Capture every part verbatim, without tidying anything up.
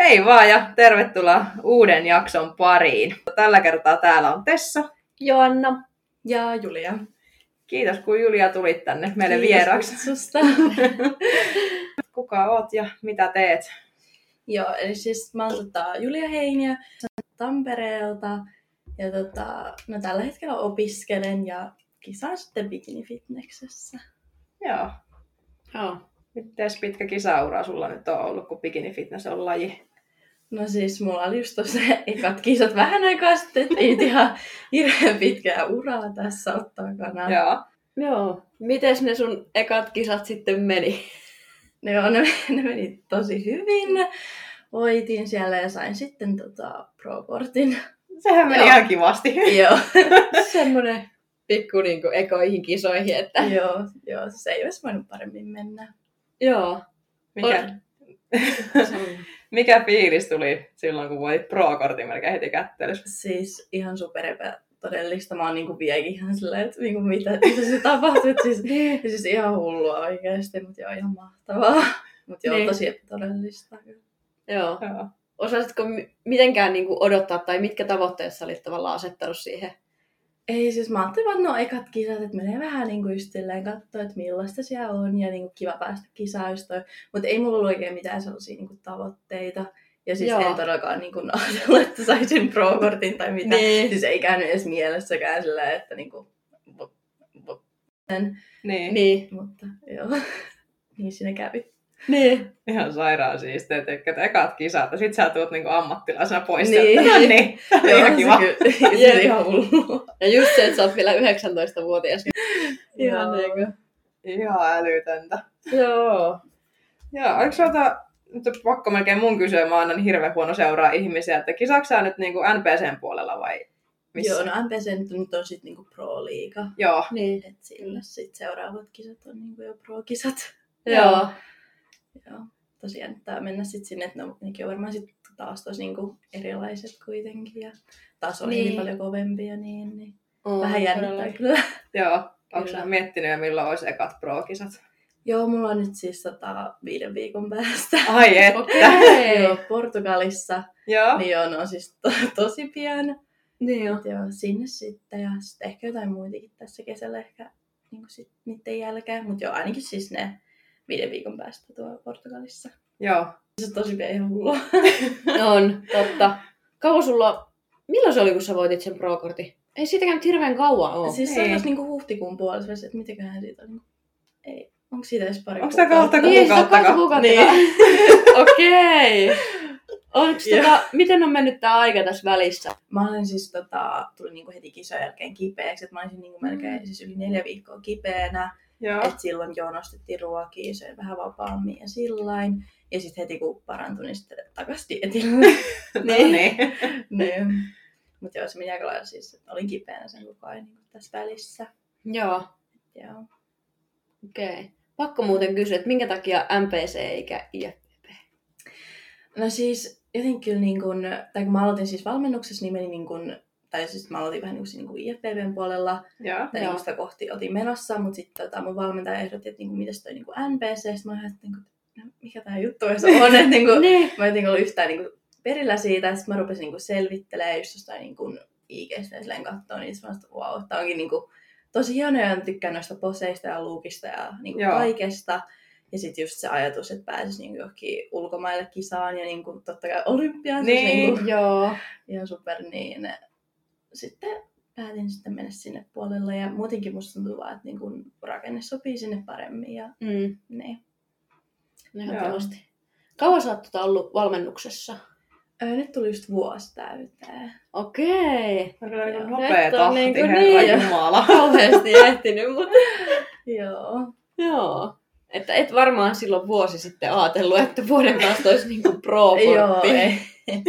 Hei vaan ja tervetuloa uuden jakson pariin. Tällä kertaa täällä on Tessa, Joanna ja Julia. Kiitos kun Julia tulit tänne meille Kiitos vieraksi. kutsusta. Kuka oot ja mitä teet? Joo, eli siis mä oon tota, Julia Heiniä Tampereelta. Ja tota, no, tällä hetkellä opiskelen ja kisaan sitten bikini-fitneksessä. Joo. Joo. Mites pitkä kisaura sulla nyt on ollut, kun bikini fitness on laji? No siis mulla oli just tuossa ekat kisat vähän aikaa sitten, että ei ihan hirveän pitkää uraa tässä ole takana. Joo. Joo. Mites ne sun ekat kisat sitten meni? Joo, ne, ne meni tosi hyvin. Voitin siellä ja sain sitten tota, pro-kortin. Sehän meni Joo. ihan kivasti. Joo. Semmonen pikku niinku ekoihin kisoihin, että... joo, joo, se ei olisi voinut paremmin mennä. Joo. Mikä, mikä fiilis tuli silloin, kun voitit pro-kortin melkein heti kättelyssä? Siis ihan super epätodellista. Mä oon niinku vieläkin ihan silleen, että niinku mitä, mitä se tapahtui. Siis, siis ihan hullua oikeesti, mutta joo, ihan mahtavaa. Mutta joo, Niin. tosi epätodellista. Joo. Joo. Osaisitko mi- mitenkään niinku odottaa, tai mitkä tavoitteet sä olit tavallaan asettanut siihen? Ei, siis mä ajattelin vaan, no ekat kisat, että menee vähän niinku just silleen katsoa, että millaista siellä on ja niinku kiva päästä kisaistoon. Mutta ei mulla ollut oikein mitään sellaisia niinku tavoitteita. Ja siis Joo. en todellakaan niinku ajatellut, että saisin pro-kortin tai mitä. Niin. Siis ei käynyt edes mielessäkään silleen, että niinku... vo- vo- Niin. Niin. Mutta joo, niin siinä kävi. Niin. Ihan sairaan siistiä, että ekat kisat ja sit sä tuut niinku ammattilaisena pois. Niin. sieltä. No niin, se oli ihan kiva. Se, kyllä, se oli ihan hullua. Ja just se, että sä oot vielä yhdeksäntoistavuotias. Ihan Joo. niinku. Ihan älytöntä. Joo. Joo, oliko sulta, nyt on pakko melkein mun kysyä, mä oon niin hirveän huono seuraa ihmisiä, että kisaatko sä nyt niinku N P C:n puolella vai missä? Joo, no M P C nyt, nyt on sit niinku pro-liiga. Joo. Niin. Et sillä sit seuraavat kisat on niinku jo pro-kisat. Joo. Joo. Tosi jännittää mennä sit sinne, että no, nekin on varmaan sit taas tosi niinku erilaiset kuitenkin. Ja taas on Niin. niin paljon kovempia, niin, niin. On, vähän jännittää todella. kyllä. Joo. Onko Kyllä. sä miettinyt jo milloin olisi ekat pro-kisat? Joo, mulla on nyt siis tota, viiden viikon päästä. Ai että. Okei. Joo, Portugalissa. Joo. Niin joo, ne on siis to- tosi pian. Niin joo. Mut joo, sinne sitten ja sitten ehkä jotain muitakin tässä kesällä ehkä niin sit niiden jälkeen. Mutta joo, ainakin siis ne viiden viikon päästä tuolla Portugalissa. Joo. Se on tosi pian ihan hullua. On, totta. Kauan sulla... Milloin se oli, kun sä voitit sen pro-kortin? Ei siitäkään nyt hirveän kauan oo. Siis se on Ei. tuossa niinku huhtikuun puolessa välissä, että mitäköhän siitä on. Niinku... Ei, onko siitä edes pari Onko tää kahta Niin, sitä on kuukautta? kahta kuukautta. Niin. Okei. Onks Joo. tota, miten on mennyt tää aika tässä välissä? Mä olin siis tota, tulin niinku heti kisojen jälkeen kipeäksi, että mä olisin niinku melkein siis yli neljä viikkoa kipeänä. Joo. Et silloin joo nostettiin ruokia, söin vähän vapaammin ja sillain. Ja sitten heti kun parantui, niin sitten takas dietille. No niin. niin. Mutta joo, se meni aika lailla siis, että olin kipeänä sen koko ajan niin tässä välissä. Joo. Joo. Okei. Okay. Pakko muuten kysyä, että minkä takia M P C eikä I F B B? No siis jotenkin kyllä niin kun, tai kun mä aloitin siis valmennuksessa, niin meni niin kun, tai siis mä aloitin vähän niin kuin, niin kuin I F B B:n puolella. Joo. Tai niin sitä kohti oltiin menossa, mutta sitten tota, mun valmentaja ehdotti, että niin kuin, mitäs toi niin kuin N P C, sitten mä ajattelin, että niin kuin, no, mikä tää juttu edes on, että niin kuin, Niin. mä en niin ollut yhtään niin kuin, perillä siitä, sitten mä rupesin niin kuin, selvittelemään just jostain niin kuin, I G:stä ja silleen katsoa, niin sitten mä sanoin, että wow, tää onkin niin kuin, tosi hienoa ja tykkään noista poseista ja luukista ja niin kuin, Joo. kaikesta. Ja sitten just se ajatus, että pääsisi niin kuin, johonkin ulkomaille kisaan ja niin kuin, totta kai olympiaan, Niin. siis, niin kuin, Joo. ihan super, niin sitten päätin sitten mennä sinne puolelle ja muutenkin musta tuntuu vaan, että niin kun rakenne sopii sinne paremmin ja Mm. niin. Ehdottomasti. Kauan sä oot tota ollut valmennuksessa? Öö, nyt tuli just vuosi täyteen. Okei. On kyllä niin Joo. nopea Nyt on tahti, niinku herra niin. jumala. Kauheasti ehtinyt, mutta... Joo. Joo. Että et varmaan silloin vuosi sitten ajatellut, että vuoden päästä olisi niinku pro-kortti. Joo, ei.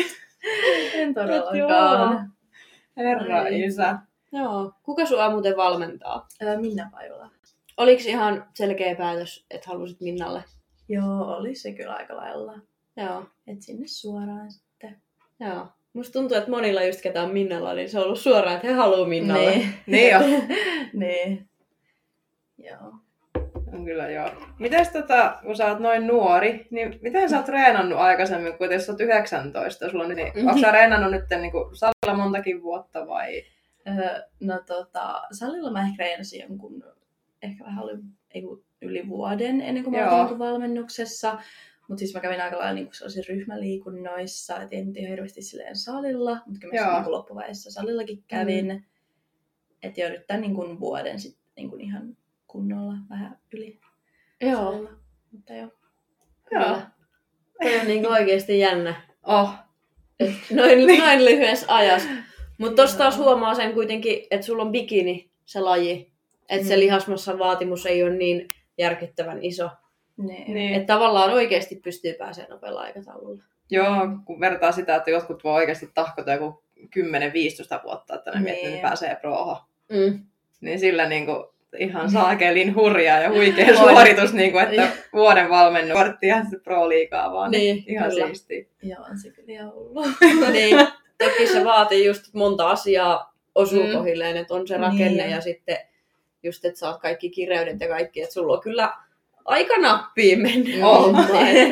En todellakaan. Herra Ai. isä. Joo. Kuka sua muuten valmentaa? Öö, Minna Pajola. Oliko ihan selkeä päätös, että halusit Minnalle? Joo, oli se kyllä aika lailla. Joo. Et sinne suoraan sitten. Joo. Musta tuntuu, että monilla just ketä on Minnalla, niin se on ollut suoraan, että he haluaa Minnalle. Niin. Niin jo. niin. Joo. On kyllä joo. Mites tota, kun sä oot noin nuori, niin miten sä oot treenannut aikaisemmin, kun jos sä oot yhdeksäntoista, sulla on, niin mm-hmm. Ootko sä treenannut nyt niin kuin salilla montakin vuotta vai? Öö, no tota, salilla mä ehkä treenasin jonkun, ehkä vähän oli ei, yli vuoden ennen kuin mä olin niin valmennuksessa. Mutta siis mä kävin aika lailla niin sellaisissa ryhmäliikunnoissa, et en nyt ihan hirveästi silleen salilla, mutta kyllä mä niin loppuvaiheessa salillakin kävin. Mm. Että jo nyt tämän niin kuin vuoden sitten niin ihan kunnolla vähän yli joo. salilla. Mutta joo. Joo. Toi on niin oikeesti jännä. Oh. Et noin, noin lyhyessä ajassa. Mutta tosta taas huomaa sen kuitenkin, että sulla on bikini se laji. Että mm. se lihasmassan vaatimus ei ole niin järkyttävän iso. Niin. Että tavallaan oikeasti pystyy pääsemään nopealla aikataululla. Joo, kun vertaa sitä, että jotkut voi oikeasti tahkota joku kymmenen viisitoista vuotta, että ne niin. miettii, että ne pääsee proohon. Mm. Niin sillä niinku ihan saakelin hurjaa ja huikea suoritus, niinku, että vuoden valmennuskortti ja sitten pro-liigaa vaan. Niin, ihan kyllä. siistiä. Joo, on se kyllä ihan hullu. Niin, toki se vaatii just monta asiaa osuu mm. kohilleen, että on se rakenne niin. Ja sitten just, että saat kaikki kireydet ja kaikki, että sulla on kyllä aika nappiin mennyt homma.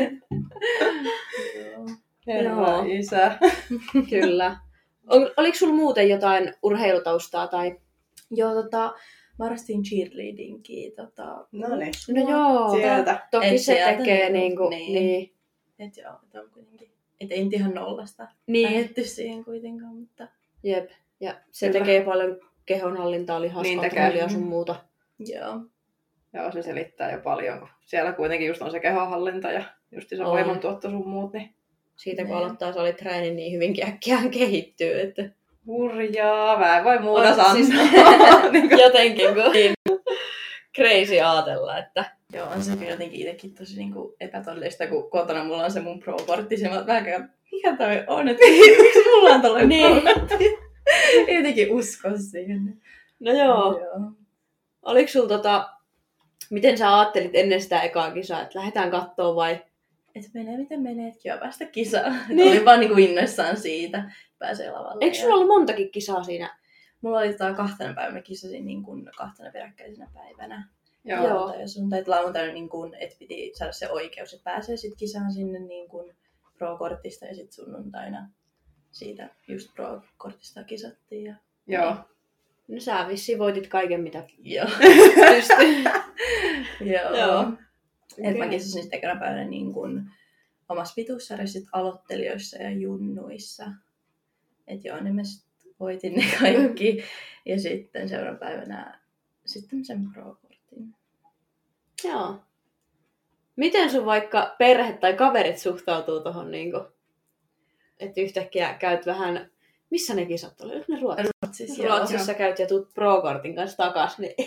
Herra isä. Kyllä. On, oliko sulla muuten jotain urheilutaustaa? Tai? Joo, tota, mä harrastin cheerleadingia. Tota, no niin. No joo. Sieltä. Toki et se sieltä tekee niin, niinku... Niin. niin. Et joo, et on kuitenkin. Et ei nyt ihan nollasta niin. lähetty siihen kuitenkaan, mutta... Jep. Ja se Kyllä. tekee paljon kehonhallintaa, lihaskontrollia ja sun muuta. Joo. Joo, se selittää jo paljon, kun siellä kuitenkin just on se kehonhallinta ja just se on. voimantuotto sun muut, niin... Siitä kun aloittaa salitreenin, niin hyvinkin äkkiään kehittyy, että... Hurjaa, mä en voi muuta sanoa. Siis, jotenkin kun crazy aatella, että... Joo, on se kyllä jotenkin itsekin tosi niinku epätodellista, kun kotona mulla on se mun pro-kortti, ja mä vähän käyn, mikä toi on, että miksi mulla on tollainen niin. pro-kortti? Jotenkin usko siihen. No joo. joo. Oliko sulla tota... Miten sä ajattelit ennen sitä ekaa kisaa, että lähdetään kattoo vai? Että menee miten menee, että kiva päästä kisaan. Niin. Olin vaan niinku innoissaan siitä, pääsee lavalle. Eikö sulla ollut montakin kisaa siinä? Mulla oli tota kahtena päivänä kisasin niin kuin kahtena peräkkäisenä päivänä. Joo. Joo. Ja sunnuntai lauantaina, niin kuin, että piti saada se oikeus, että pääsee sitten kisaan sinne niin kuin pro-kortista ja sitten sunnuntaina siitä just pro-kortista kisattiin. Ja... Joo. No sä vissiin voitit kaiken mitä Joo. pystyi. Joo. Joo. Okay. Et mä kisasin sitten ekana päivänä niin kuin omassa pituussarjassa aloittelijoissa ja junnuissa. Et joo, niin mä sitten voitin ne kaikki. Ja sitten seuraavan päivänä sitten sen pro-kortin. Joo. Miten sun vaikka perhe tai kaverit suhtautuu tohon niinku, että yhtäkkiä käyt vähän, missä ne kisat oli? Ne Ruotsissa? Ruotsissa, Ruotsissa käyt ja tuut pro-kortin kanssa takas, niin...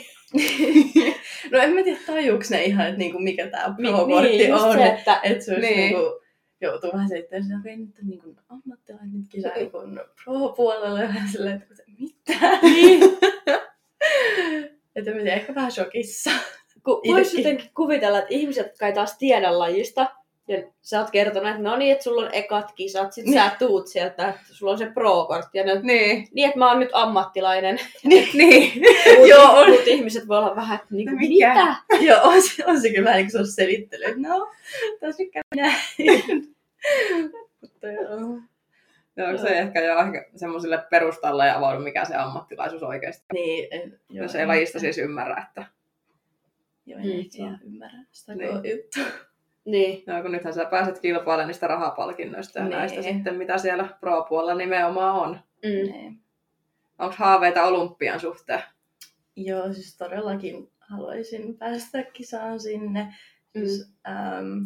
No en mä tiedä, tajuuks ne ihan, että niinku mikä tää pro-kortti niin, on. Se, että... Että se olisi niin. niinku, joutuu vähän selittämään sitä, että nyt on niinku ammattilainen nyt kisaa niinku pro-puolella ja vähän silleen, että mitä? Niin. Että mä tiedän, ehkä vähän shokissa. Voisi jotenkin kuvitella, että ihmiset, jotka ei taas tiedä lajista, ja sä oot kertonut, että no niin, että sulla on ekat kisat, sit niin. Sä tuut sieltä, että sulla on se pro-kortti. Ja ne, niin. niin, että mä oon nyt ammattilainen. niin. Mut, Joo, on. Mut ihmiset voi olla vähän, että niinku, Mikä? mitä? Joo, on se, on se kyllä vähän niin kuin se selittely, että no, tässä nyt käy näin. Mutta joo. No, onko se ehkä jo semmoisille perustalle ja avaudu, mikä se ammattilaisuus oikeasti on. Niin, en, joo, jos ei lajista siis ymmärrä, että... Joo, en Mm. ehkä ihan ymmärrä sitä Niin. koko juttua. Niin. No, kun nythän sä pääset kilpailemaan niistä rahapalkinnoista ja Niin. näistä sitten, mitä siellä pro-puolella nimenomaan on. Mm. Niin. Onko haaveita olympian suhteen? Joo, siis todellakin haluaisin päästä kisaan sinne. Siis, äm,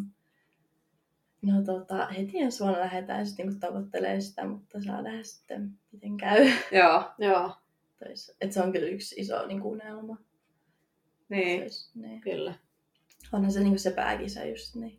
no tota, heti ensi vuonna lähdetään sitten niinku tavoittelemaan sitä, mutta saa nähdä sitten, miten käy. Joo. Joo, Et se on kyllä yksi iso niinku unelma. Niin. Siis, niin. kyllä. Onhan se niinku se pääkisa just niin.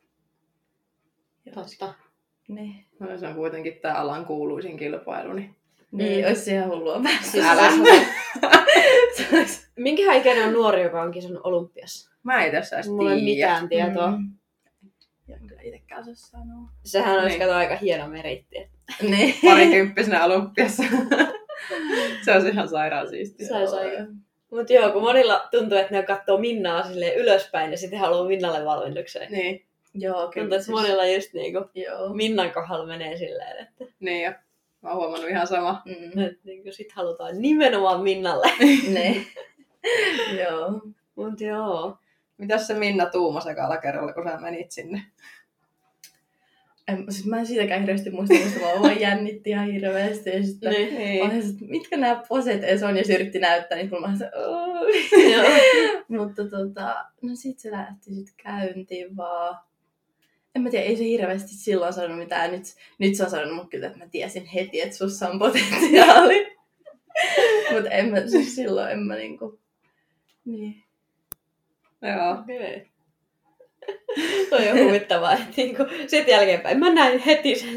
Totta. Niin. No, se on kuitenkin tää alan kuuluisin kilpailu, niin... Niin, Mm. olisi ihan hullua päästä. Siis Älä. Se olisi- Minkä ikäinen on nuori, joka on kisannut olympiassa? Mä ei tässä edes Mulla ei ole tiedä. mitään tietoa. Mm. Ja en kyllä itsekään osaa sanoa. Sehän olisi Niin. kato aika hieno meritti. että Niin. Parikymppisenä olympiassa. Se olisi ihan sairaan siistiä. Se olisi aika, Mutta joo, kun monilla tuntuu, että ne katsoo Minnaa silleen ylöspäin ja sitten haluaa Minnalle valmennukseen. Niin. Joo, kyllä. Tuntuu, että siis... monilla just niinku joo. Minnan kohdalla menee silleen, että... Niin jo. Mä oon huomannut ihan sama. Mm. Että niinku sit halutaan nimenomaan Minnalle. Ne. Joo. Mut joo. Mitäs se Minna tuumasi ekalla kerralla, kun sä menit sinne? En, siis mä en siitäkään hirveästi muista, koska mä vaan jännitti ihan hirveästi. Ja sitten niin. Olen, että mitkä nämä poset edes on, ja se yritti näyttää, niin kun mä olin Mutta tota, no sit se lähti sit käyntiin vaan. En mä tiedä, ei se hirveästi silloin sanonut mitään. Nyt, nyt se on sanonut mut kyllä, että mä tiesin heti, että sussa on potentiaali. Mutta en mä, siis silloin en mä niinku... Niin. Joo. Okay. Toi on huvittavaa, että niinku, sit jälkeenpäin mä näin heti sen.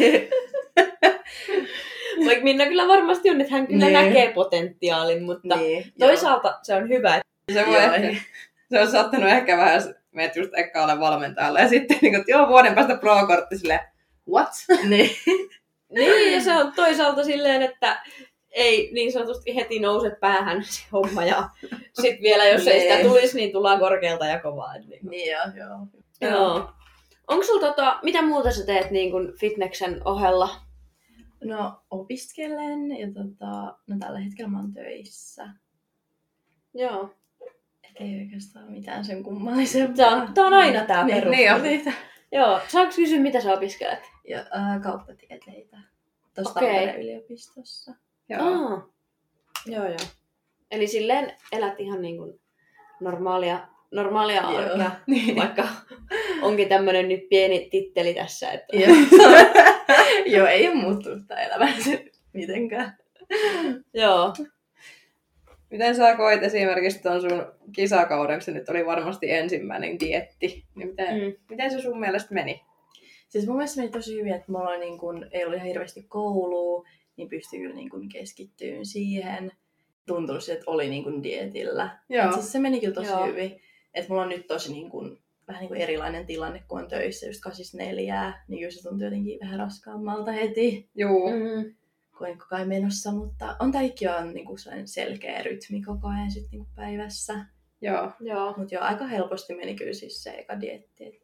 Vaikka Minna kyllä varmasti on, että hän kyllä niin. näkee potentiaalin, mutta niin, toisaalta joo. se on hyvä. Se, voi ehkä, se on saattanut ehkä vähän, jos menet just ekkaalle valmentajalle ja sitten niin, että joo, vuoden päästä pro-kortti silleen, what? Niin. Niin, ja se on toisaalta silleen, että ei niin sanotusti heti nouse päähän se homma ja sit vielä jos ei sitä tulisi, niin tullaan korkealta ja kovaa. Niin, niin joo, joo. Joo. Onko sulla tota, mitä muuta sä teet niin kuin fitneksen ohella? No opiskelen ja tota, no tällä hetkellä mä oon töissä. Joo. Et ei oikeastaan mitään sen kummallisempaa. Tää, tää on aina tää niin, perus. Niin on. Joo, saanko kysyä mitä sä opiskelet? Ja, äh, kauppatieteitä. Tuossa Okei. Tampereen yliopistossa. Joo. Ah. Joo, joo. Eli silleen elät ihan niin kuin normaalia, normaalia arkea, niin. Vaikka onkin tämmönen nyt pieni titteli tässä. Että... Joo. Joo, ei ole muuttunut tämä elämä mitenkään. Joo. Miten sä koit esimerkiksi tuon sun kisakauden, se nyt oli varmasti ensimmäinen dieetti, niin miten, mm. miten se sun mielestä meni? Siis mun mielestä meni tosi hyvin, että mulla niin kun, ei ollut ihan hirveästi koulua, niin pystyi kyllä niin kun keskittymään siihen. Tuntui, että oli niin kun dietillä. Et siis se meni kyllä tosi Joo. hyvin. Että mulla on nyt tosi niin kun, vähän niin kuin erilainen tilanne, kun on töissä just kahdeksan niin kyllä se tuntuu jotenkin vähän raskaammalta heti. Joo. Mm-hmm. Kun en koko ajan menossa, mutta on tämäkin on niin kuin selkeä rytmi koko ajan sit, niin kuin päivässä. Joo. Joo. Mutta joo, aika helposti meni kyllä siis se eka dieetti.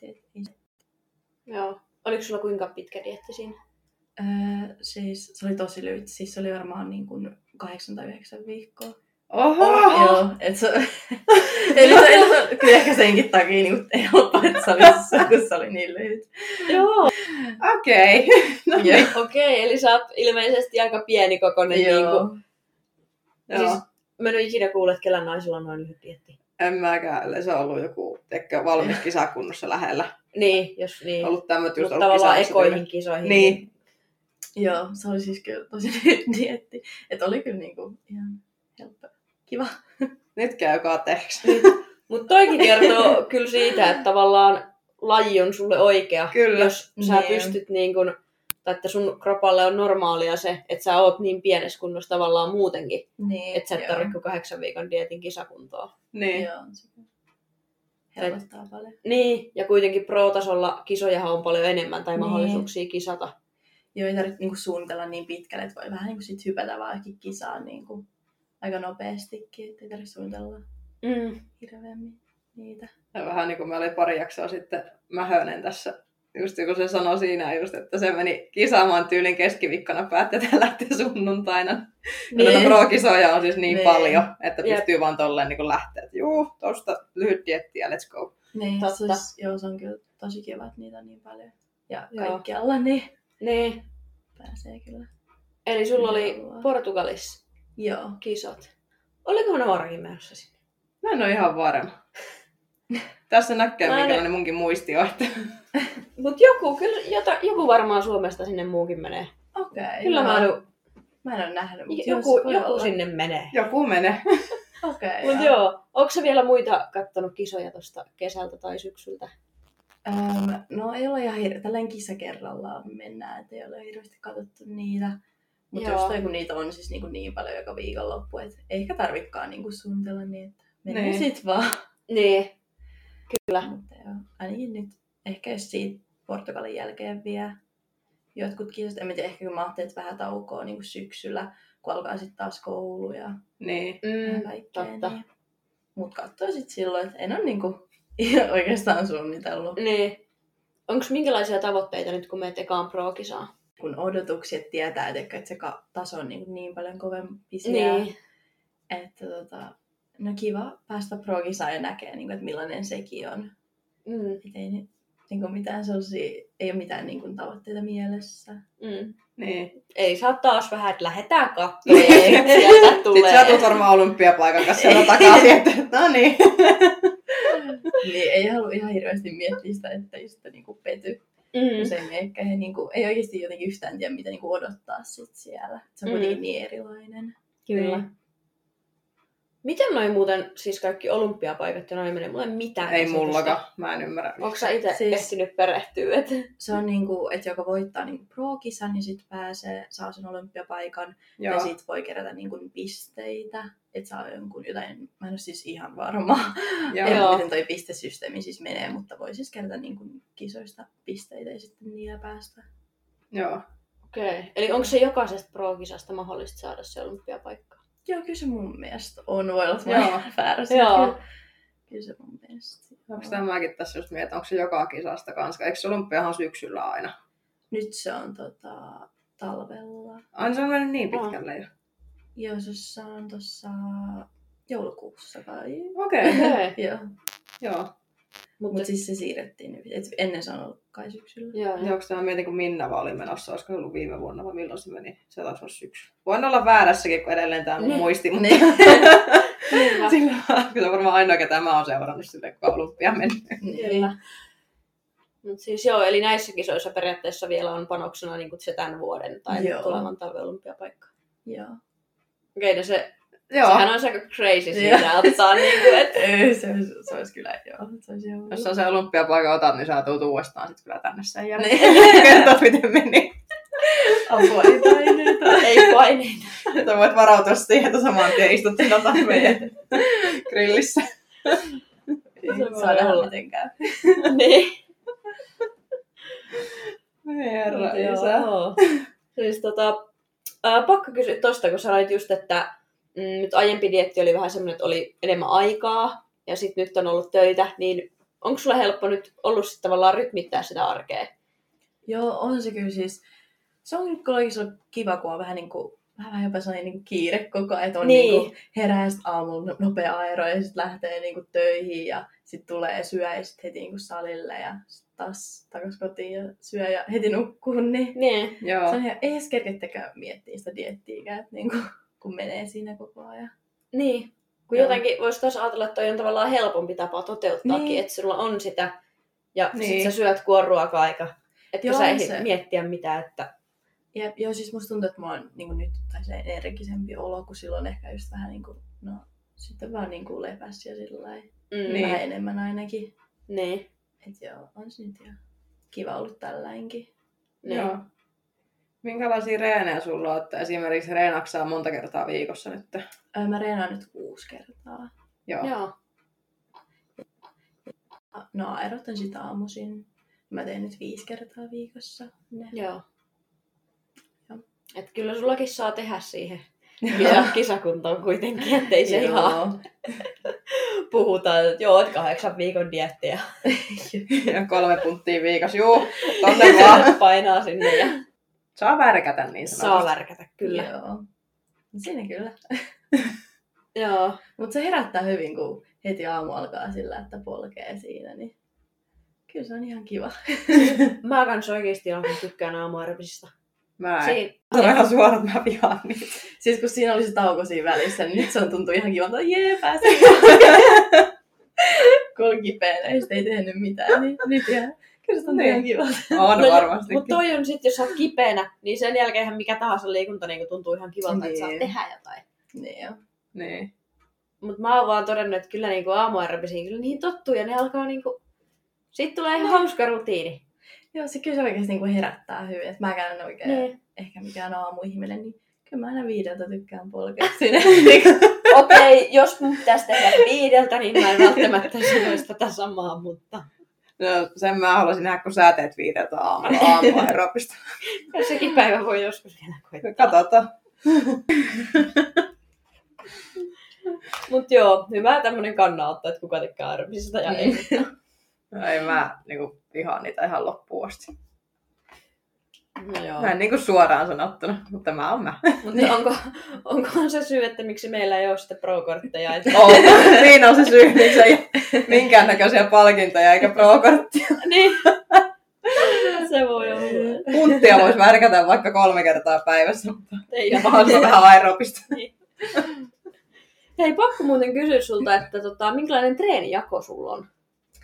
Joo. Oliko sulla kuinka pitkä dieetti siinä? Öö, siis se oli tosi lyhyt. Siis se oli varmaan niin kuin kahdeksan tai yhdeksän viikkoa. Oho! Oh, joo, et se... eli se, eli se kyllä ehkä senkin takia niin ei helppo, että se oli, kun se oli niin lyhyt. Joo. Okei. Okay. No niin. Okei, okay, eli sä oot ilmeisesti aika pienikokoinen. Joo. Niin kuin... Joo. Siis mä en ole ikinä kuullut, että kellään naisilla on noin lyhyt dieetti. En mäkään, se on ollut joku tekkö valmis kisakunnossa lähellä. Niin, jos niin. Ollut tämmöt just ollut tavallaan ekoihin kisoihin. Niin. Joo, se oli siis kyllä tosi lyhyt dieetti. Että oli kyllä niinku ihan helppo. Kiva. Nyt käy kateeksi. Mutta toikin kertoo kyllä siitä, että tavallaan laji on sulle oikea. Kyllä. Jos sä niin. pystyt niin kun, tai että sun kropalle on normaalia se, että sä oot niin pienessä kunnossa tavallaan muutenkin. Niin, että sä et tarvitse kahdeksan viikon dietin kisakuntoa. Niin. Joo, se helpottaa paljon. Niin, ja kuitenkin pro-tasolla kisojahan on paljon enemmän tai niin. mahdollisuuksia kisata. Joo, ei tarvitse niinku suunnitella niin pitkälle, että voi vähän niinku sit hypätä vaikka kisaan niinku aika nopeastikin, ettei tarvitse suunnitella mm. hirveämmin niitä. Ja vähän niin kuin me oli pari jaksoa sitten Mähönen tässä, just kun se sanoi siinä just, että se meni kisaamaan tyylin keskiviikkona, päätti, että lähtee sunnuntaina. Niin. Noita pro-kisoja on siis niin ne. paljon, että Jep. pystyy vaan tolleen niin lähteä, että juu, tosta lyhyt dietti ja let's go. Niin, Totta. Siis, joo, se on kyllä tosi kiva, että niitä on niin paljon. Ja kaikkialla, niin, niin pääsee kyllä. Eli sulla oli Portugalissa joo. kisat. Olikohan Noораkin menossa sinne? Mä en ole ihan varma. Tässä näkee, minkälainen munkin muisti on. Että... Mut joku, kyllä, jota, joku varmaan Suomesta sinne muukin menee. Okei. Okay, kyllä mä, mä, mä en ole nähnyt. Mutta joku joku sinne menee. Joku menee. Okei. Okay, Mut joo. joo. Onko sä vielä muita kattonut kisoja tosta kesältä tai syksyltä? Um, no ei ole ihan hirveä. Tällainen kisa kerrallaan mennään, että ei ole hirveästi katsottu niitä. Mutta jos toi, kun niitä on siis niin, niin paljon joka viikonloppu, että ehkä tarvikaan niin suunnitella niin, että mennään niin. sit vaan. Niin, kyllä. Mutta joo, ainakin nyt ehkä jos siitä Portugalin jälkeen vielä jotkut kisat. En tiedä, ehkä kun mä ajattelin, että vähän taukoa niin syksyllä, kun alkaa sitten taas koulu ja niin. mm, kaikkea. Niin. Mut katsoo sitten silloin, että en ole niinku oikeastaan suunnitellut. Niin. Onko minkälaisia tavoitteita nyt, kun menet ekaan pro-kisaan? Kun odotukset tietää, että se taso on niin, niin paljon kovempi siellä. Niin. Että tota, no kiva päästä pro-kisaan ja näkee, niin kuin, että millainen sekin on. Mm. Et ei niin kuin mitään sellaisia, ei ole mitään niin kuin tavoitteita mielessä. Mm. Niin. Ei saa taas vähän, että lähdetään katsomaan. Sieltä tulee. Sitten sä tulet varmaan olympiapaikan kanssa sieltä takaisin, että no niin. Niin, ei halua ihan hirveästi miettiä sitä, että ei sitä niinku pety. Mm. Se ei, ehkä, he, niinku, ei oikeasti jotenkin yhtään tiedä, mitä niinku odottaa sit siellä. Se on mm. kuitenkin niin erilainen. Kyllä. Niin. Miten noin muuten, siis kaikki olympiapaikat ja noin menee? Mulla ei mitään. Ei mullakaan, mä en ymmärrä. Onko sä itse siis ehtinyt perehtyä? Et? Se on niinku, että joka voittaa niinku pro-kisan, niin sit pääsee, saa sen olympiapaikan. Joo. Ja sit voi kerätä niinku pisteitä. Että saa jonkun jotain, mä en ole siis ihan varma, että miten toi pistesysteemi siis menee, mutta voi siis kerätä niinku kisoista pisteitä ja sitten niillä päästä. Joo. Okei. Okay. Eli onko se jokaisesta pro-kisasta mahdollista saada se olympiapaikka? Joo, kyllä se mun mielestä on. Voi olla, että mä väärässä. Joo. Kyllä se mun mielestä. Onko tämä mäkin tässä just mietin, onko se joka kisasta kanssa? Eikö se olympiahan syksyllä aina? Nyt se on tota, talvella. Aina se on mennyt niin pitkälle jo. Joo, se on tuossa joulukuussa kai. Okei. Okay. Joo. Joo. Mutta Mut siis se siirrettiin nyt. Et ennen se on ollut kai syksyllä. Joo. Ja onko tämä mietin, kun Minna vaan oli menossa, olisiko ollut viime vuonna vai milloin se meni? Se taisi olla syksyllä. Voin olla väärässäkin, kun edelleen tämä mun muisti, mutta sillä se on varmaan ainoa, ketä mä oon seurannut sille, kun olympia mennyt. Kyllä. Mut siis joo, eli näissä kisoissa periaatteessa vielä on panoksena niin se tämän vuoden tai joo. tulevan talven olympiapaikka. Joo. Okei, no se, sehän on aika crazy siinä ottaa niinku, että ei, se, se olisi kyllä joo. Se olisi joo. Jos sä se olympiapaikan otat, niin sä tuut uudestaan sit kyllä tänne sen jälkeen. Kertoo, miten meni. Apua, ei paineita. Ei paineita. Sä voit varautua siihen, että saman tien istut siinä meidän grillissä. Ei saa nähdä mitenkään. Niin. Herra isä. Siis tota, ää, pakko kysyä tosta, kun sanoit just, että mm, nyt aiempi dieetti oli vähän semmoinen, että oli enemmän aikaa ja sitten nyt on ollut töitä, niin onko sulla helppo nyt ollut sit tavallaan rytmittää sitä arkea? Joo, on se kyllä siis. Se on kyllä kiva, kun on vähän niin kuin, vähän jopa sellainen niin kuin kiire koko ajan, että on niin. Niin kuin herää aamulla nopea aero ja sitten lähtee niin kuin töihin ja sitten tulee syö ja sitten heti niin kuin salille ja sitten taas takaisin kotiin ja syö ja heti nukkuu. Niin, niin. Joo. Se on ihan, ei edes kerkettekään miettiä sitä diettiäkään, että niin kuin, kun menee siinä koko ajan. Niin, kun joo. Jotenkin voisi taas ajatella, että toi on tavallaan helpompi tapa toteuttaakin, niin. Että sulla on sitä ja niin. Sitten sä syöt kuoruaika-aika, että joo, sä ei se miettiä mitään, että ja, joo, siis musta tuntuu, että mulla on niin nyt energisempi olo, kun silloin ehkä just vähän niin kuin, no, sitten vaan niin kuin lepäs ja sillai. Mm. Vähän enemmän ainakin. Niin. Et joo, on se nyt ihan kiva ollut tälläinkin. Niin. Joo. Minkälaisia reenejä sulla on, että esimerkiksi reenaksaa monta kertaa viikossa nyt? Öö, mä reenaan nyt kuusi kertaa. Joo. Joo. No aerotan sitä aamuisin. Mä teen nyt viisi kertaa viikossa. Ne. Joo. Että kyllä sullakin saa tehdä siihen kisa, kisakuntoon kuitenkin, ettei se ihan puhutaan, että joo, että kahdeksan viikon dieettiä. Ja kolme punttia viikossa, juu, tonne vaan. Painaa sinne ja saa värkätä niin sanotusti. Saa värkätä, kyllä. Joo. Siinä kyllä. Joo. Mutta se herättää hyvin, kun heti aamu alkaa sillä, että polkee siinä, niin kyllä se on ihan kiva. Mä kans oikeesti alkan tykkään aamuaerobisista. Mä en. Siin... Se on ihan suora, että mä vihaan niitä. Siis kun siinä oli se tauko siinä välissä, niin nyt se on tuntuu ihan kivalta, että jee, pääsin. Kun oli kipeänä ja sitten ei tehnyt mitään, niin nyt ihan, kyllä se tuntuu niin. Ihan kivalta. On no, varmasti. Mutta toi on sitten, jos sä oot kipeänä, niin sen jälkeen mikä tahansa liikunta niin tuntuu ihan kivalta, niin. Että saa tehdä jotain. Niin joo. Niin. Mut mä oon vaan todennut, että kyllä niinku aamuaerobisiin kyllä niihin tottuu ja ne alkaa niinku, sit tulee ihan hauska rutiini. Joo, se kyllä se oikeasti niinku herättää hyvin. Et mäkään en oikein niin. Ehkä mikään aamuihminen, niin kyllä mä aina viideltä tykkään polkea sinne. Okei, okay, jos mun pitäisi tehdä viideltä, niin mä en välttämättä sanoisi tätä samaa, mutta no sen mä haluaisin nähdä, kun sä teet viideltä aamulla aamuaerobista. Ja sekin päivä voi joskus vielä koittaa. Katsotaan. Mut joo, hyvä tämmönen kannanotto, että kuka tykkää aerobisista ja ei. No ei mä niinku vihaan niitä ihan loppuun asti. No joo. Mä en niinku suoraan sanottuna, mutta mä oon mä. Mutta onko, onkohan se syy, että miksi meillä ei ole sitten pro-kortteja? On. Siinä on se syy, miksi ei minkäännäköisiä palkintoja eikä pro-korttia. Niin. Se voi olla. Punttia voisi värkätä vaikka kolme kertaa päivässä, mutta ei mahdollisimman vähän aerobista. Niin. Hei, pakko muuten kysyä sulta, että tota, minkälainen treenijako sulla on?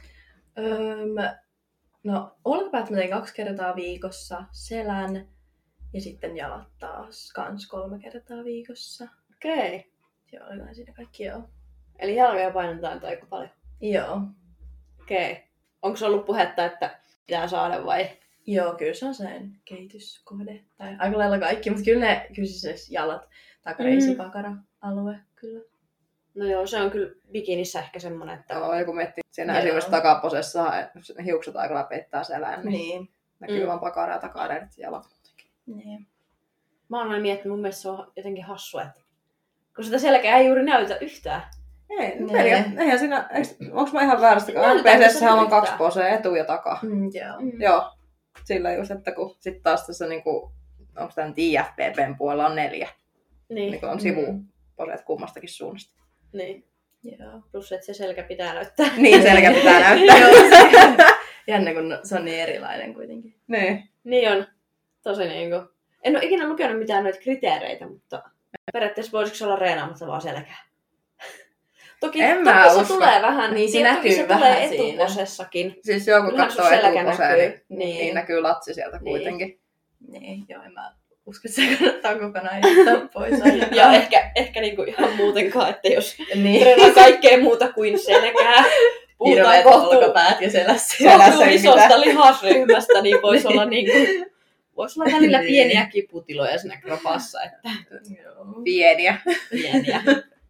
Öm, no, olkapäät mä teen kaksi kertaa viikossa, selän ja sitten jalat taas kans kolme kertaa viikossa. Okei. Okay. Joo, olikohan siinä kaikki joo. Eli jalkoja painetaan aika paljon? Joo. Okei. Okay. Onko se ollut puhetta, että pitää saada vai? Joo, kyllä se on sen kehityskohde. Tai aika lailla kaikki, mutta kyllä ne kyllä siis jalat, takareisi, mm. pakara, alue, kyllä. No joo, se on kyllä bikinissä ehkä semmoinen, että... Joo, joku miettii, siinä esimerkiksi takaposessa hiukset aika lailla peittää selään, niin, niin. näkyy Mm. vaan pakara ja takareidet ja jalat muutenkin. Niin. Mä oon aina miettinyt, mun mielestä se on jotenkin hassua, että kun sitä selkää ei juuri näytä yhtään. Ei, Nee. periaatteessa, eihän siinä, onko mä ihan väärästä, kun Näytetäänkö N P C:ssähän se on kaksi yhtään? posea, etu ja taka. Mm, joo. Mm. Joo, sillä just, että kun sit taas tässä niinku, onko tämä nyt I F B B:n puolella on neljä, Niin, niin kun on Mm. sivuposeet kummastakin suunnasta. niin. Joo. Plus, että se selkä pitää näyttää. Niin, selkä pitää näyttää. Joo, se- Jännä, kun se on niin erilainen kuitenkin. Niin. Niin on. Tosi niinku. En ole ikinä lukenut mitään noita kriteereitä, mutta periaatteessa voisiko se olla reenaamatta vaan selkää? Toki, En mä toki se usko. tulee vähän, Niin, se toki näkyy se vähän tulee siinä. etuposessakin. Siis joo, kun Kyllähän sun katsoo selkä etuposeen, näkyy. niin, Niin. niin näkyy latsi sieltä Niin. kuitenkin. Niin, joo, en mä usko, että se kannattaa kokonaan jättää pois. Ja ehkä, ehkä niinku ihan muutenkaan, että jos niin. treenaa kaikkea muuta kuin selkää, puhutaan Hirveät kohtuu, olkapäät ja selässä. Selässä kohtuu ei isosta mitään. lihasryhmästä, niin voisi olla niinku, voisi olla välillä Niin. pieniä kiputiloja siinä kropassa, että Joo. Pieniä. pieniä.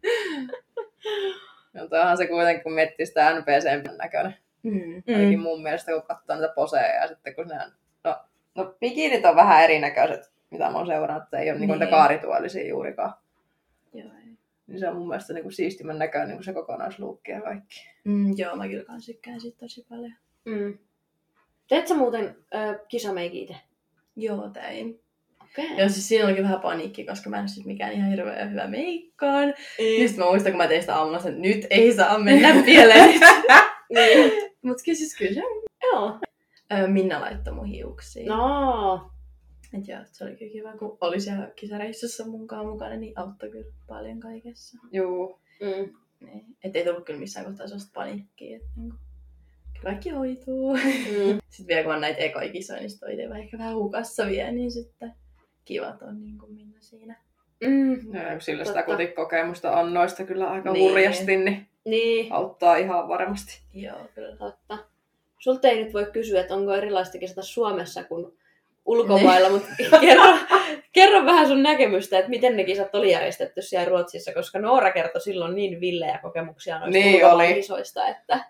No toihan se kuitenkin, kun miettii sitä N P C:n näköinen. Mm. Ainakin mun mielestä, kun katsoo niitä poseja ja sitten kun ne on... No, no bikinit on vähän erinäköiset, mitä mä oon seurannut, että ei ole niin. Niin. niitä kaarituolisia juurikaan. Joo, ei. Niin se on mun mielestä niin kuin siistimän näköinen niin se kokonaisluukki ja kaikki. Mm, joo, mä kyllä kans tykkään siitä tosi paljon. Mm. Teet sä muuten ö, kisameikin itse? Joo, tein. Okei. Joo, siis siinä olikin vähän paniikki, koska mä en ole sit mikään ihan hirveän hyvä meikkaan. Niin. Ja sit mä muistan, kun mä tein sitä aamulla, että nyt ei saa mennä pieleen. Niin. Mut siis kyllä se Joo. Öö, Minna laittoi mun hiuksiin. No. Et joo, se oli kyllä kiva, kun oli siellä kisareissussa munkaan mukana, niin auttoi kyllä paljon kaikessa. Juu. Mm. Niin. Et ei tullut kyllä missään kohtaa sellaista paniikkia, että niinku, kaikki hoituu. Mm. Sitten vielä kun on näitä ekoja kisoja, niin sit on ite ehkä vähän hukassa vielä, niin sitten kivat on niin kuin Minna siinä. Mm. Ja kun sillä sitä Totta. kotikokemusta on noista kyllä aika Niin. hurjasti, niin Niin. auttaa ihan varmasti. Joo, kyllä. Totta. Sulta ei nyt voi kysyä, että onko erilaista kisata Suomessa kuin ulkomailla, mutta kerro, kerro vähän sun näkemystä, että miten ne kisat oli järjestetty siellä Ruotsissa, koska Noora kertoi silloin niin villejä kokemuksia noista Niin ulkomaan oli. kisoista, että...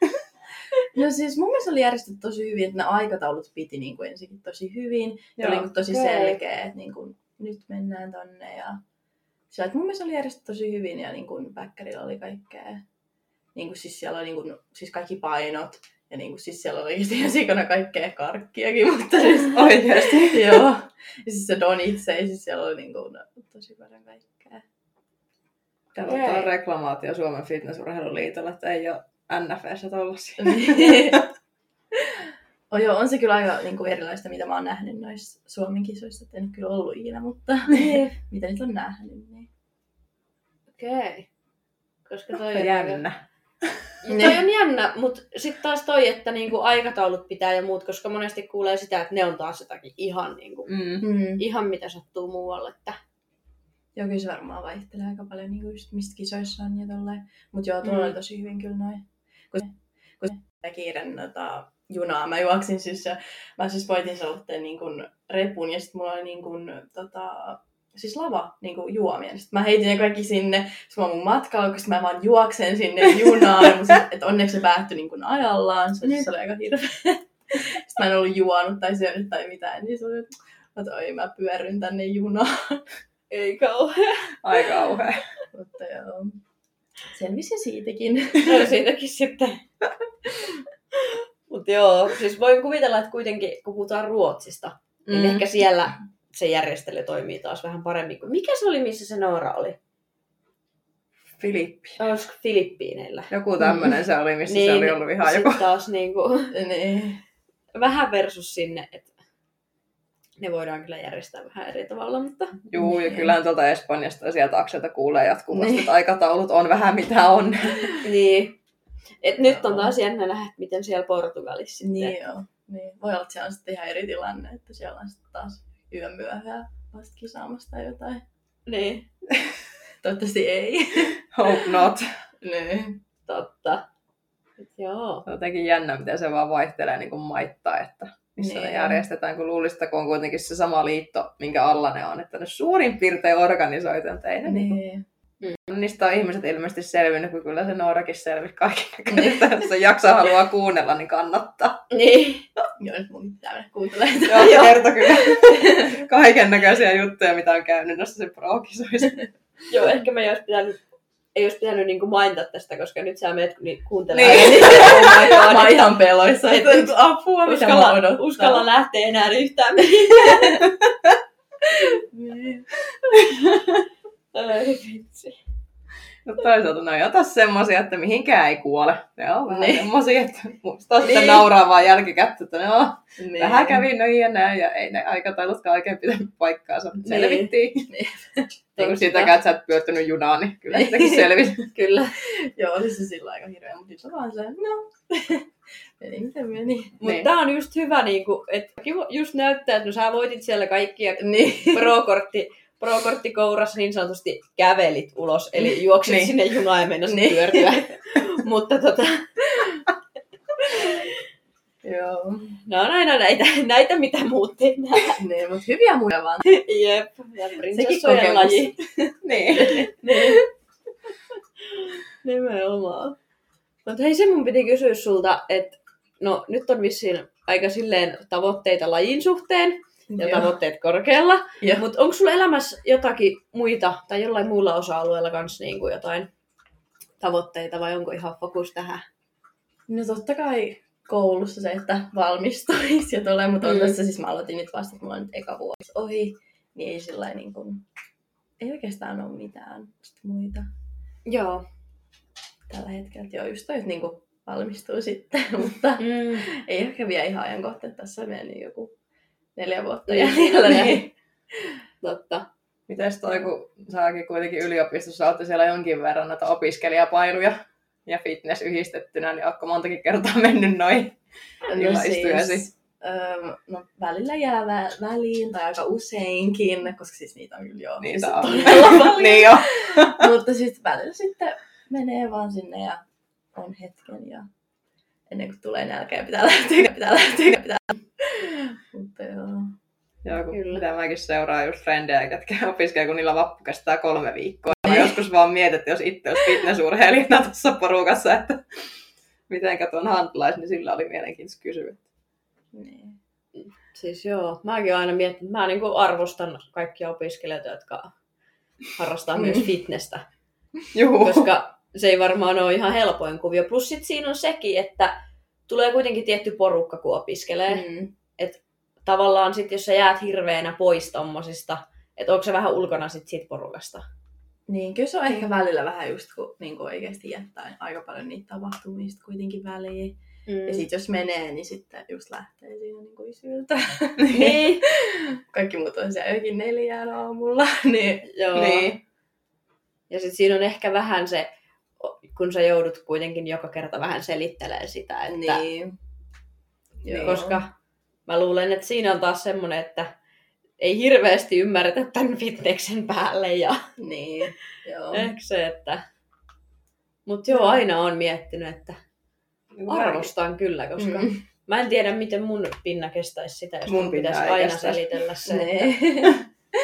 No siis mun mielestä oli järjestetty tosi hyvin, että ne aikataulut piti niin kuin ensinnäkin tosi hyvin. Ja Joo, oli niin kuin tosi okei. selkeä, että niin kuin, nyt mennään tonne. Ja... Sillä, että mun mielestä oli järjestetty tosi hyvin ja niin kuin päkkärillä oli kaikkea. Niin kuin siis siellä oli niin kuin, siis kaikki painot. Ja niin kuin, siis siellä oli ihan sikana kaikkea karkkiakin, mutta siis Oikeasti. joo. Ja siis se donitse, ja siis siellä oli niin kuin, tosi paljon kaikkea. Katsotaan Okei. reklamaatio Suomen fitnessurheiluliitolla, että ei ole N F F:ssä tollasia. Niin. Oh, joo, on se kyllä aika niin kuin erilaista, mitä mä oon nähnyt noissa Suomen kisoissa. Et en ole kyllä ollut ikinä, mutta mitä niitä on nähnyt. Niin. Okei. Koska toi on Jännä. Ja toi on jännä, mutta sitten taas toi, että niinku aikataulut pitää ja muut, koska monesti kuulee sitä, että ne on taas jotakin ihan, niinku, Mm. Mm. ihan mitä sattuu muualle. Että... Joo, kyllä se varmaan vaihtelee aika paljon, niin kuin just mistä kisoissa on ja tolleen. Mutta joo, tuolla Mm. oli tosi hyvin kyllä noin. Kun, kun se kiiren tota, junaa mä juoksin siis ja mä siis voitin sellaisen niin kuin repun ja sitten mulla oli niin kuin, tota, siis lava niin kuin juomia. Sitten mä heitin ne kaikki sinne, sitten mä oon mun matkalla, kun mä vaan juoksen sinne junaan. Että onneksi se päättyi niin kuin ajallaan, se, siis oli aika hirveä. Sitten mä en ollut juonut tai syönyt tai mitään, niin se oli, että oi, mä pyörryn tänne junaan. Ei kauhea. Ai kauhea. Mutta joo. Selvisi siitäkin. No siitäkin sitten. Mutta joo, siis voin kuvitella, että kuitenkin kun puhutaan Ruotsista, mm. niin ehkä siellä se järjestely toimii taas vähän paremmin. Mikä se oli, missä se Noora oli? Filippi. Olisiko Filippiineillä? Joku tämmönen se oli, missä niin, se oli ollut ihan joku. taas niinku, niin. vähän versus sinne, että ne voidaan kyllä järjestää vähän eri tavalla, mutta... Juu, ja kyllähän tuolta Espanjasta ja sieltä akselta kuulee jatkuvasti, niin. että aikataulut on vähän mitä on. niin. Et nyt on taas jännä nähdä, miten siellä Portugalissa sitten. Niin joo. Niin. Voi olla, että siellä on sitten ihan eri tilanne, että siellä on sitten taas yön myöhään vasta kisaamassa tai jotain. Niin. Toivottavasti ei. Hope not. Niin. Totta. Et joo. Se on jotenkin jännä, miten se vaan vaihtelee niin kuin maittain, että missä niin. ne järjestetään, kun luulisi, että kun on kuitenkin se sama liitto, minkä alla ne on, että ne suurin piirtein organisoitu, mutta ei ne niin. niin. Mm. Niistä on ihmiset ilmeisesti selvinnyt, kun kyllä se Noorakin selvisi kaiken näköistä. Jos se jaksaa haluaa kuunnella, niin kannattaa. Niin. Joo, nyt mun pitää mennä kuuntelemaan. Joo, kertoi kyllä kaiken näköisiä juttuja, mitä on käynyt noissa se pro-kisoissa. Joo, ehkä me ei olisi pitänyt, ei olisi pitänyt niinku mainita tästä, koska nyt sä menet kuuntelemaan. Niin. Oh mä oon ihan peloissa. Et, et, apua, mitä uskalla, mä odottaa. Uskalla lähteä enää yhtään mihinkään. Niin. Ai vitsi. No toisaalta ne on taas semmosia, että mihinkään ei kuole. Ne on vähän niin. semmosia, että muistaa sitten nauraa vaan jälkikättä, että ne on Niin. vähän kävin noin ja näin ja ei ne aikataulutkaan oikein pitänyt paikkaansa. Niin. Selvittiin. Niin. Niin kuin siitäkään, että sä et pyörtynyt junaan, niin kyllä sitäkin selvisi. Kyllä. Joo, oli se sillä aika hirveä, mutta nyt on vaan se, no, meni miten meni. Mutta Niin. tää on just hyvä, niinku, että just näyttää, että no sä voitit siellä kaikki ja Niin. pro-kortti, pro-kortti kourassa niin sanotusti kävelit ulos, eli juoksit Niin. sinne junaan ja meinasit Niin. pyörtyä. Mutta tota, Joo. no on aina näitä, näitä mitä muut tehdään. Niin, mutta hyviä muja vaan. Jep, ja Sekin prinsessojen kokemus. laji. Niin. Niin. Nimenomaan. Mutta hei, se mun piti kysyä sulta, että no nyt on vissiin aika silleen tavoitteita lajin suhteen ja Joo. tavoitteet korkealla. Joo. Mutta onko sulla elämässä jotakin muita tai jollain muulla osa-alueella kanssa niinku jotain tavoitteita vai onko ihan fokus tähän? No totta kai koulussa se, että valmistuisi ja tulee, mutta on Mm. tässä siis mä aloitin nyt vasta, että mulla on nyt eka vuosi ohi, niin ei sillä niin kuin, ei oikeastaan ole mitään muita Joo. tällä hetkellä. Että joo, just toi, että niin kuin valmistuu sitten, mutta Mm. ei ehkä vielä ihan ajankohta, että tässä on mennyt joku neljä vuotta Niin, jäljellä. niin. Niin. Totta. Mites toi, kun saakin kuitenkin yliopistossa olette siellä jonkin verran näitä opiskelijapailuja ja fitness yhdistettynä, niin ootko montakin kertaa mennyt noin illaistyösi? Öö, no välillä jää vä- väliin tai aika useinkin, koska siis niitä on kyllä jo Niitä siis on. todella paljon. Niin jo. Mutta siis välillä sitten menee vaan sinne ja on hetken ja ennen kuin tulee nälkä ja pitää lähteä, pitää lähteä, pitää. Mutta joo. Joo, kun Kyllä. mitä mäkin seuraan just frendejä, ketkä opiskelee, kun niillä vappu kestää kolme viikkoa. Mä joskus vaan mietin, että jos itse olisi fitnessurheilijana tuossa porukassa, että mitenkä tuon handlaisi, niin sillä oli mielenkiintoista kysyä. Niin. Siis joo, mäkin aina mietin, että mä niinku arvostan kaikkia opiskelijoita, jotka harrastaa Mm. myös fitnessä. Juu. Koska se ei varmaan ole ihan helpoin kuvio. Plus sit siinä on sekin, että tulee kuitenkin tietty porukka, kun opiskelee. Mm. Tavallaan sit, jos sä jäät hirveänä pois tommosista, että onko se vähän ulkona sit siitä porukasta. Niin, kyllä se on ehkä välillä vähän just, kun niin oikeasti jättää aika paljon niitä tapahtumia sit kuitenkin väliin. Mm. Ja sit jos menee, niin sitten just lähtee siinä niin kuin isyltä. Niin. Kaikki muut on siellä jokin neljään aamulla. Niin. Joo. Niin. Ja sit siinä on ehkä vähän se, kun sä joudut kuitenkin joka kerta vähän selittelemään sitä, että Niin. Joo. koska mä luulen, että siinä on taas semmoinen, että ei hirveästi ymmärretä tämän fitneksen päälle. Ja Niin, joo. ehkä se, että... Mut joo, aina on miettinyt, että arvostan kyllä, koska Mm. mä en tiedä, miten mun pinna kestäisi sitä, jos Mun mun pinna pitäisi ei aina kestäisi. selitellä se. Nee. Että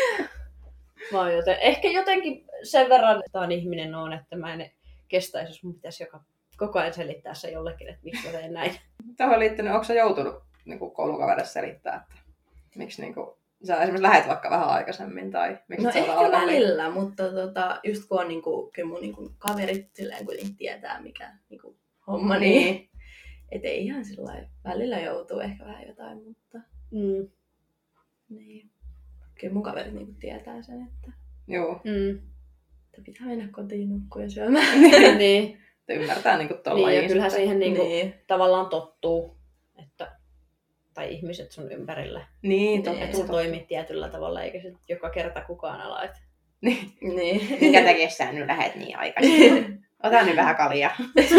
mä oon joten, ehkä jotenkin sen verran taan ihminen on, että mä en kestäisi, jos mun pitäisi joka, koko ajan selittää se jollekin, että miksi mä teen näin. Tähän liittynyt, onko sä joutunut niin koulukaverissa selittää, että miksi niin kuin, Sä esimerkiksi lähet vaikka vähän aikaisemmin tai miksi no sä ehkä välillä, mutta tota, just kun on niinku, kyllä mun niinku kaverit silleen kuitenkin tietää mikä niinku homma, niin, niin et ei ihan sillä välillä joutuu ehkä vähän jotain, mutta mm. niin. Kyllä mun kaverit niinku tietää sen, että joo. Mm. että pitää mennä kotiin nukkua ja syömään. niin. Ymmärtää niinku tolla niin, ja kyllähän siihen niinku niin. tavallaan tottuu, että tai ihmiset sun ympärillä. Niin, totta. Että sä toimit tietyllä tavalla, eikä se joka kerta kukaan ala. Et... Niin. niin. Minkä takia sä nyt lähet niin aikaisin? Ota nyt vähän kaljaa.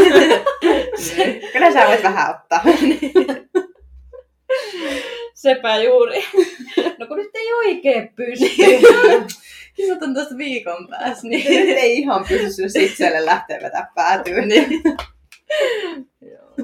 Kyllä sä voit vähän ottaa. Sepä juuri. No kun nyt ei oikein pysty. Kisat on tuosta viikon päässä. Niin. Nyt ei ihan pysty sitselle lähteä vetää päätyyn. Niin. Joo.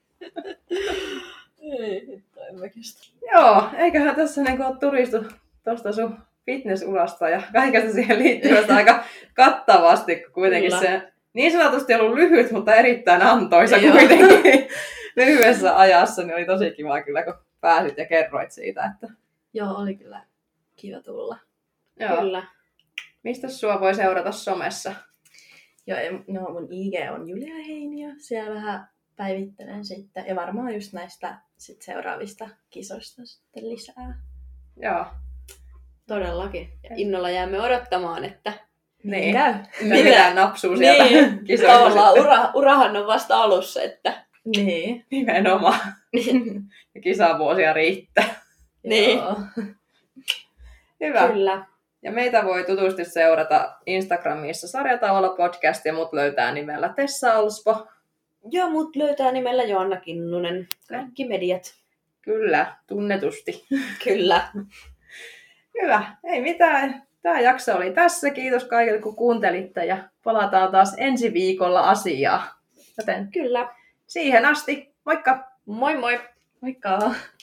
Ei, hitto, en mä kestä. Joo, eiköhän tässä niin ole turistu tuosta sun fitnessurasta ja kaikesta siihen liittyvästä aika kattavasti, kun kuitenkin Kyllä. se niin sanotusti ollut lyhyt, mutta erittäin antoisa Joo. kuitenkin lyhyessä ajassa, niin oli tosi kiva kyllä, kun pääsit ja kerroit siitä. Että... Joo, oli kyllä kiva tulla. Joo. Kyllä. Mistä sua voi seurata somessa? Joo, no mun I G on Julia Heiniö, siellä vähän päivittelen sitten. Ja varmaan just näistä sit seuraavista kisoista sitten lisää. Joo. Todellakin. Ja innolla jäämme odottamaan, että niin. käy. Mitä napsuu sieltä niin. kisoista. Tavallaan ura, urahan on vasta alussa, että... Niin. Nimenomaan. Ja kisavuosia riittää. Niin. Hyvä. Kyllä. Ja meitä voi tutusti seurata Instagramissa Sarjataululla podcast ja mut löytää nimellä Tessa Olspo. Joo, mut löytää nimellä Joanna Kinnunen. Kaikki mediat. Kyllä, tunnetusti. Kyllä. Hyvä. Ei mitään. Tämä jakso oli tässä. Kiitos kaikille kun kuuntelitte ja palataan taas ensi viikolla asiaa. Joten Kyllä. Siihen asti. Moikka! Moi moi! Moikka!